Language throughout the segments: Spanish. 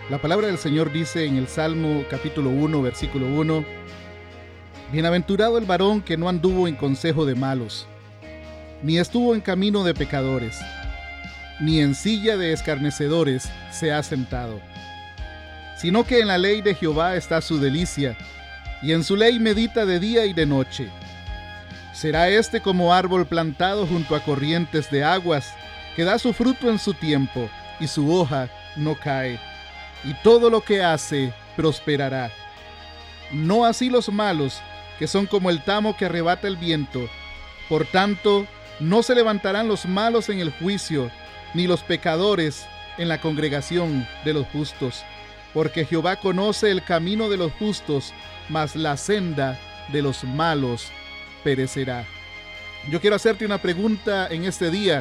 La palabra del Señor dice en el Salmo capítulo 1, versículo 1: Bienaventurado el varón que no anduvo en consejo de malos, ni estuvo en camino de pecadores, ni en silla de escarnecedores se ha sentado, sino que en la ley de Jehová está su delicia, y en su ley medita de día y de noche. Será este como árbol plantado junto a corrientes de aguas, que da su fruto en su tiempo, y su hoja no cae, y todo lo que hace prosperará. No así los malos, que son como el tamo que arrebata el viento. Por tanto, no se levantarán los malos en el juicio, ni los pecadores en la congregación de los justos. Porque Jehová conoce el camino de los justos, mas la senda de los malos perecerá. Yo quiero hacerte una pregunta en este día.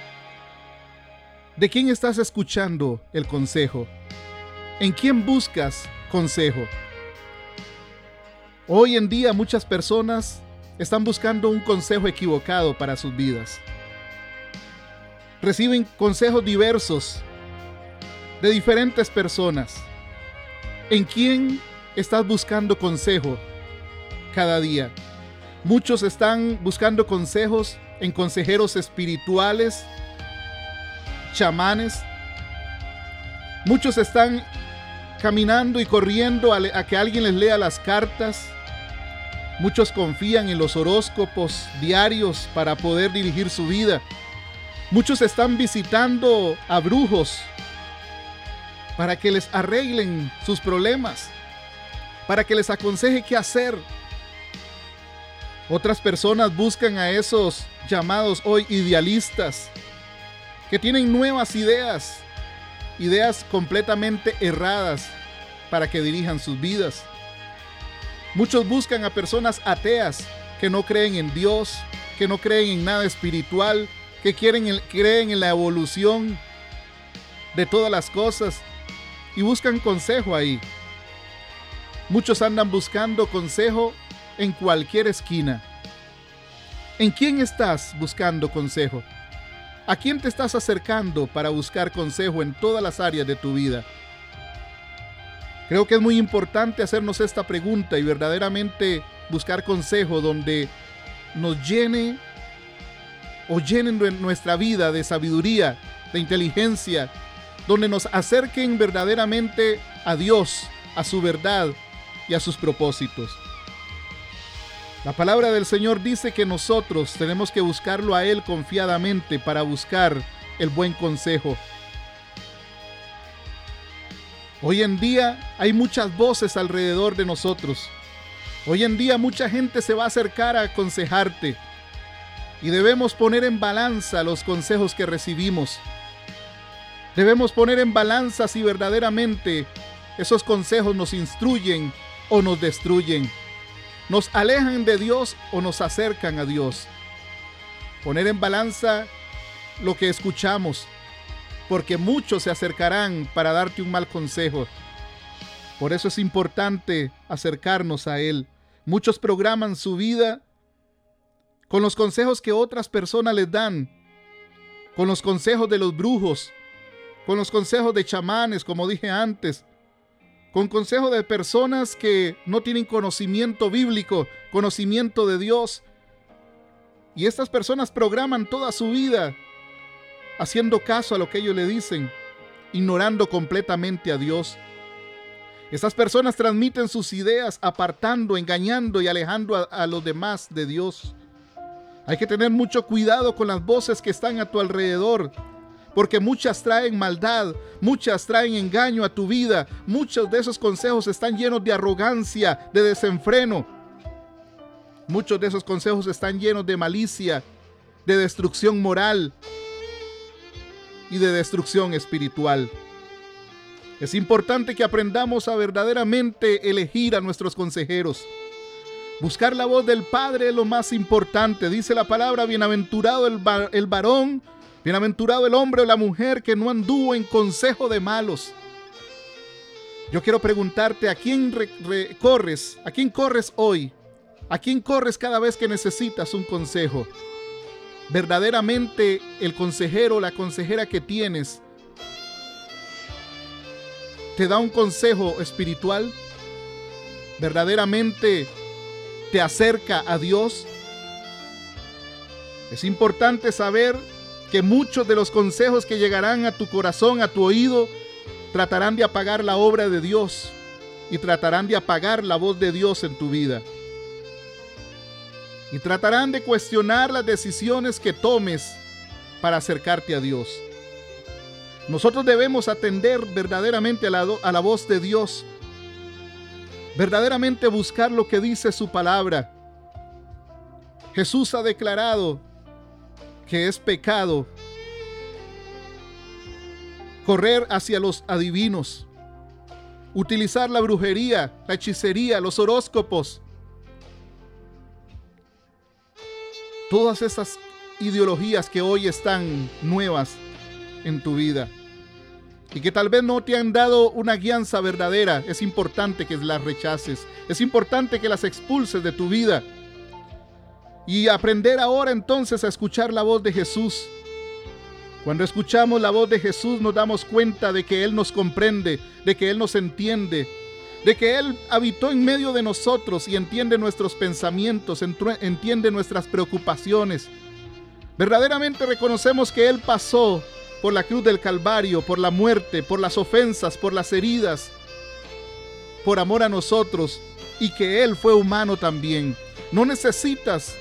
¿De quién estás escuchando el consejo? ¿En quién buscas consejo? Hoy en día muchas personas están buscando un consejo equivocado para sus vidas. Reciben consejos diversos de diferentes personas. ¿En quién estás buscando consejo cada día? Muchos están buscando consejos en consejeros espirituales, chamanes. Muchos están caminando y corriendo a que alguien les lea las cartas. Muchos confían en los horóscopos diarios para poder dirigir su vida. Muchos están visitando a brujos para que les arreglen sus problemas, para que les aconseje qué hacer. Otras personas buscan a esos llamados hoy idealistas, que tienen nuevas ideas completamente erradas para que dirijan sus vidas. Muchos buscan a personas ateas que no creen en Dios, que no creen en nada espiritual, que creen en la evolución de todas las cosas y buscan consejo ahí. Muchos andan buscando consejo en cualquier esquina. ¿En quién estás buscando consejo? ¿A quién te estás acercando para buscar consejo en todas las áreas de tu vida? Creo que es muy importante hacernos esta pregunta y verdaderamente buscar consejo donde nos llenen nuestra vida de sabiduría, de inteligencia, donde nos acerquen verdaderamente a Dios, a su verdad y a sus propósitos. La palabra del Señor dice que nosotros tenemos que buscarlo a Él confiadamente para buscar el buen consejo. Hoy en día hay muchas voces alrededor de nosotros. Hoy en día mucha gente se va a acercar a aconsejarte y debemos poner en balanza los consejos que recibimos. Debemos poner en balanza si verdaderamente esos consejos nos instruyen o nos destruyen, nos alejan de Dios o nos acercan a Dios. Poner en balanza lo que escuchamos, porque muchos se acercarán para darte un mal consejo. Por eso es importante acercarnos a Él. Muchos programan su vida con los consejos que otras personas les dan, con los consejos de los brujos, con los consejos de chamanes, como dije antes, con consejos de personas que no tienen conocimiento bíblico, conocimiento de Dios. Y estas personas programan toda su vida haciendo caso a lo que ellos le dicen, ignorando completamente a Dios. Estas personas transmiten sus ideas apartando, engañando y alejando a los demás de Dios. Hay que tener mucho cuidado con las voces que están a tu alrededor, porque muchas traen maldad, muchas traen engaño a tu vida. Muchos de esos consejos están llenos de arrogancia, de desenfreno. Muchos de esos consejos están llenos de malicia, de destrucción moral y de destrucción espiritual. Es importante que aprendamos a verdaderamente elegir a nuestros consejeros. Buscar la voz del Padre es lo más importante. Dice la palabra: bienaventurado el varón, bienaventurado el hombre o la mujer que no anduvo en consejo de malos. Yo quiero preguntarte, ¿a quién corres? ¿A quién corres hoy? ¿A quién corres cada vez que necesitas un consejo? Verdaderamente el consejero o la consejera que tienes te da un consejo espiritual, verdaderamente te acerca a Dios. Es importante saber que muchos de los consejos que llegarán a tu corazón, a tu oído, tratarán de apagar la obra de Dios y tratarán de apagar la voz de Dios en tu vida. Y tratarán de cuestionar las decisiones que tomes para acercarte a Dios. Nosotros debemos atender verdaderamente a la voz de Dios, verdaderamente buscar lo que dice su palabra. Jesús ha declarado que es pecado correr hacia los adivinos, utilizar la brujería, la hechicería, los horóscopos, todas esas ideologías que hoy están nuevas en tu vida y que tal vez no te han dado una guianza verdadera. Es importante que las rechaces, es importante que las expulses de tu vida y aprender ahora entonces a escuchar la voz de Jesús. Cuando escuchamos la voz de Jesús nos damos cuenta de que Él nos comprende, de que Él nos entiende, de que Él habitó en medio de nosotros y entiende nuestros pensamientos, entiende nuestras preocupaciones. Verdaderamente reconocemos que Él pasó por la cruz del Calvario, por la muerte, por las ofensas, por las heridas, por amor a nosotros, y que Él fue humano también. No necesitas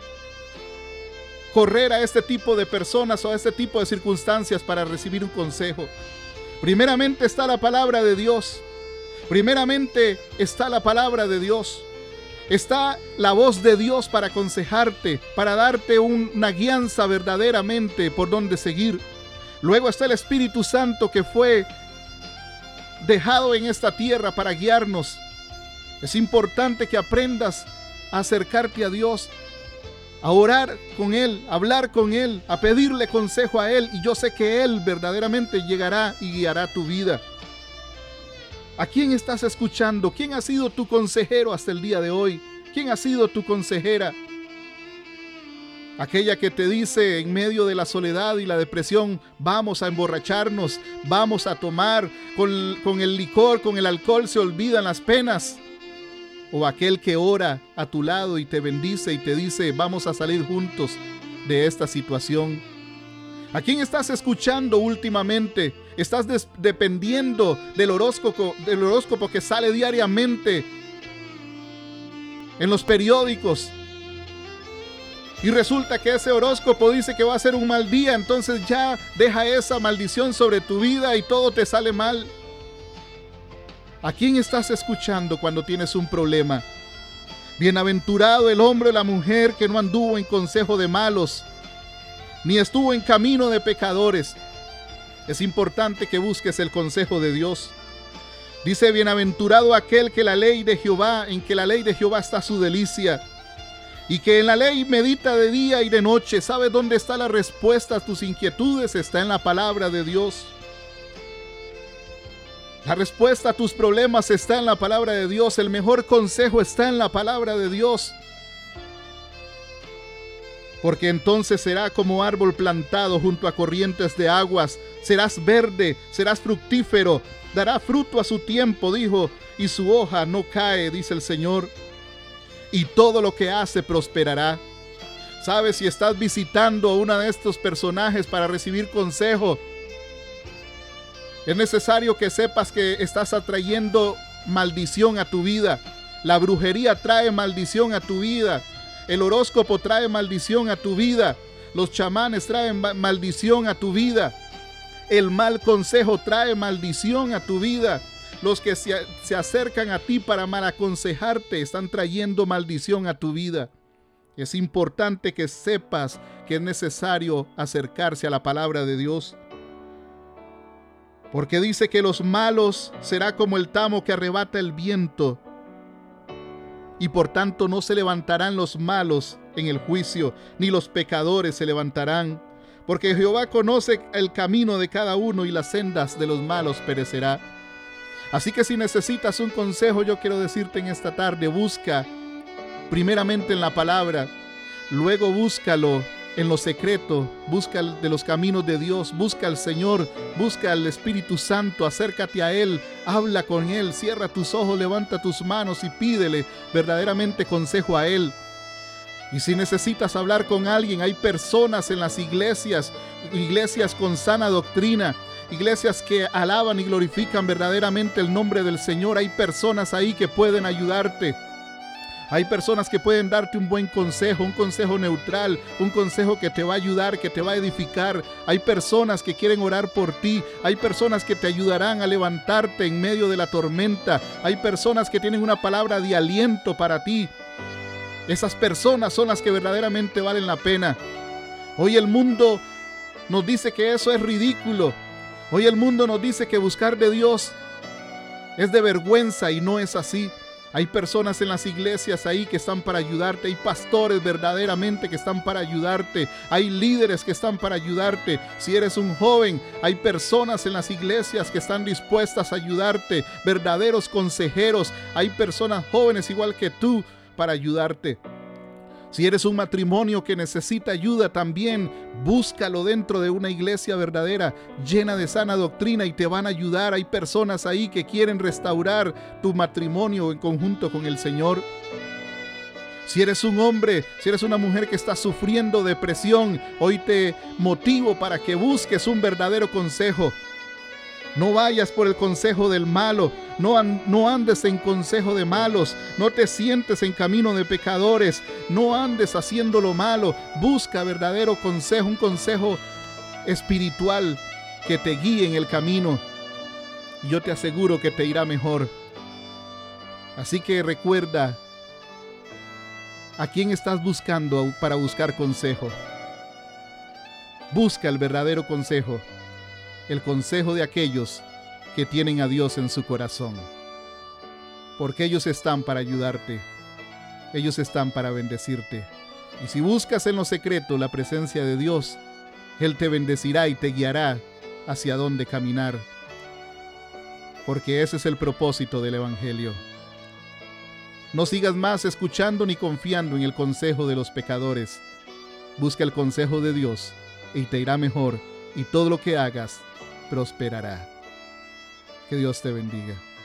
correr a este tipo de personas o a este tipo de circunstancias para recibir un consejo. Primeramente está la palabra de Dios. Primeramente está la palabra de Dios. Está la voz de Dios para aconsejarte, para darte una guianza verdaderamente por dónde seguir. Luego está el Espíritu Santo que fue dejado en esta tierra para guiarnos. Es importante que aprendas a acercarte a Dios, a orar con Él, a hablar con Él, a pedirle consejo a Él, y yo sé que Él verdaderamente llegará y guiará tu vida. ¿A quién estás escuchando? ¿Quién ha sido tu consejero hasta el día de hoy? ¿Quién ha sido tu consejera? Aquella que te dice en medio de la soledad y la depresión, vamos a emborracharnos, vamos a tomar, con el licor, con el alcohol se olvidan las penas. O aquel que ora a tu lado y te bendice y te dice, vamos a salir juntos de esta situación. ¿A quién estás escuchando últimamente? ¿Estás dependiendo del horóscopo que sale diariamente en los periódicos? Y resulta que ese horóscopo dice que va a ser un mal día, entonces ya deja esa maldición sobre tu vida y todo te sale mal. ¿A quién estás escuchando cuando tienes un problema? Bienaventurado el hombre o la mujer que no anduvo en consejo de malos, ni estuvo en camino de pecadores. Es importante que busques el consejo de Dios. Dice, bienaventurado aquel que en la ley de Jehová está su delicia, y que en la ley medita de día y de noche. ¿Sabes dónde está la respuesta a tus inquietudes? Está en la palabra de Dios. La respuesta a tus problemas está en la palabra de Dios. El mejor consejo está en la palabra de Dios. Porque entonces será como árbol plantado junto a corrientes de aguas. Serás verde, serás fructífero, dará fruto a su tiempo, dijo, y su hoja no cae, dice el Señor. Y todo lo que hace prosperará. ¿Sabes? Si estás visitando a uno de estos personajes para recibir consejo, es necesario que sepas que estás atrayendo maldición a tu vida. La brujería trae maldición a tu vida. El horóscopo trae maldición a tu vida. Los chamanes traen maldición a tu vida. El mal consejo trae maldición a tu vida. Los que se acercan a ti para mal aconsejarte están trayendo maldición a tu vida. Es importante que sepas que es necesario acercarse a la palabra de Dios. Porque dice que los malos será como el tamo que arrebata el viento. Y por tanto no se levantarán los malos en el juicio, ni los pecadores se levantarán. Porque Jehová conoce el camino de cada uno y las sendas de los malos perecerá. Así que si necesitas un consejo, yo quiero decirte en esta tarde, busca primeramente en la palabra, luego búscalo en lo secreto, busca de los caminos de Dios, busca al Señor, busca al Espíritu Santo, acércate a Él, habla con Él, cierra tus ojos, levanta tus manos y pídele verdaderamente consejo a Él. Y si necesitas hablar con alguien, hay personas en las iglesias, iglesias con sana doctrina, iglesias que alaban y glorifican verdaderamente el nombre del Señor. Hay personas ahí que pueden ayudarte. Hay personas que pueden darte un buen consejo, un consejo neutral, un consejo que te va a ayudar, que te va a edificar. Hay personas que quieren orar por ti. Hay personas que te ayudarán a levantarte en medio de la tormenta. Hay personas que tienen una palabra de aliento para ti. Esas personas son las que verdaderamente valen la pena. Hoy el mundo nos dice que eso es ridículo. Hoy el mundo nos dice que buscar de Dios es de vergüenza, y no es así. Hay personas en las iglesias ahí que están para ayudarte. Hay pastores verdaderamente que están para ayudarte. Hay líderes que están para ayudarte. Si eres un joven, hay personas en las iglesias que están dispuestas a ayudarte. Verdaderos consejeros. Hay personas jóvenes igual que tú para ayudarte. Si eres un matrimonio que necesita ayuda, también búscalo dentro de una iglesia verdadera, llena de sana doctrina, y te van a ayudar. Hay personas ahí que quieren restaurar tu matrimonio en conjunto con el Señor. Si eres un hombre, si eres una mujer que está sufriendo depresión, hoy te motivo para que busques un verdadero consejo. No vayas por el consejo del malo, no andes en consejo de malos, no te sientes en camino de pecadores, no andes haciendo lo malo. Busca verdadero consejo, un consejo espiritual que te guíe en el camino. Y yo te aseguro que te irá mejor. Así que recuerda, ¿a quién estás buscando para buscar consejo? Busca el verdadero consejo. El consejo de aquellos que tienen a Dios en su corazón. Porque ellos están para ayudarte. Ellos están para bendecirte. Y si buscas en lo secreto la presencia de Dios, Él te bendecirá y te guiará hacia dónde caminar. Porque ese es el propósito del Evangelio. No sigas más escuchando ni confiando en el consejo de los pecadores. Busca el consejo de Dios y te irá mejor, y todo lo que hagas prosperará. Que Dios te bendiga.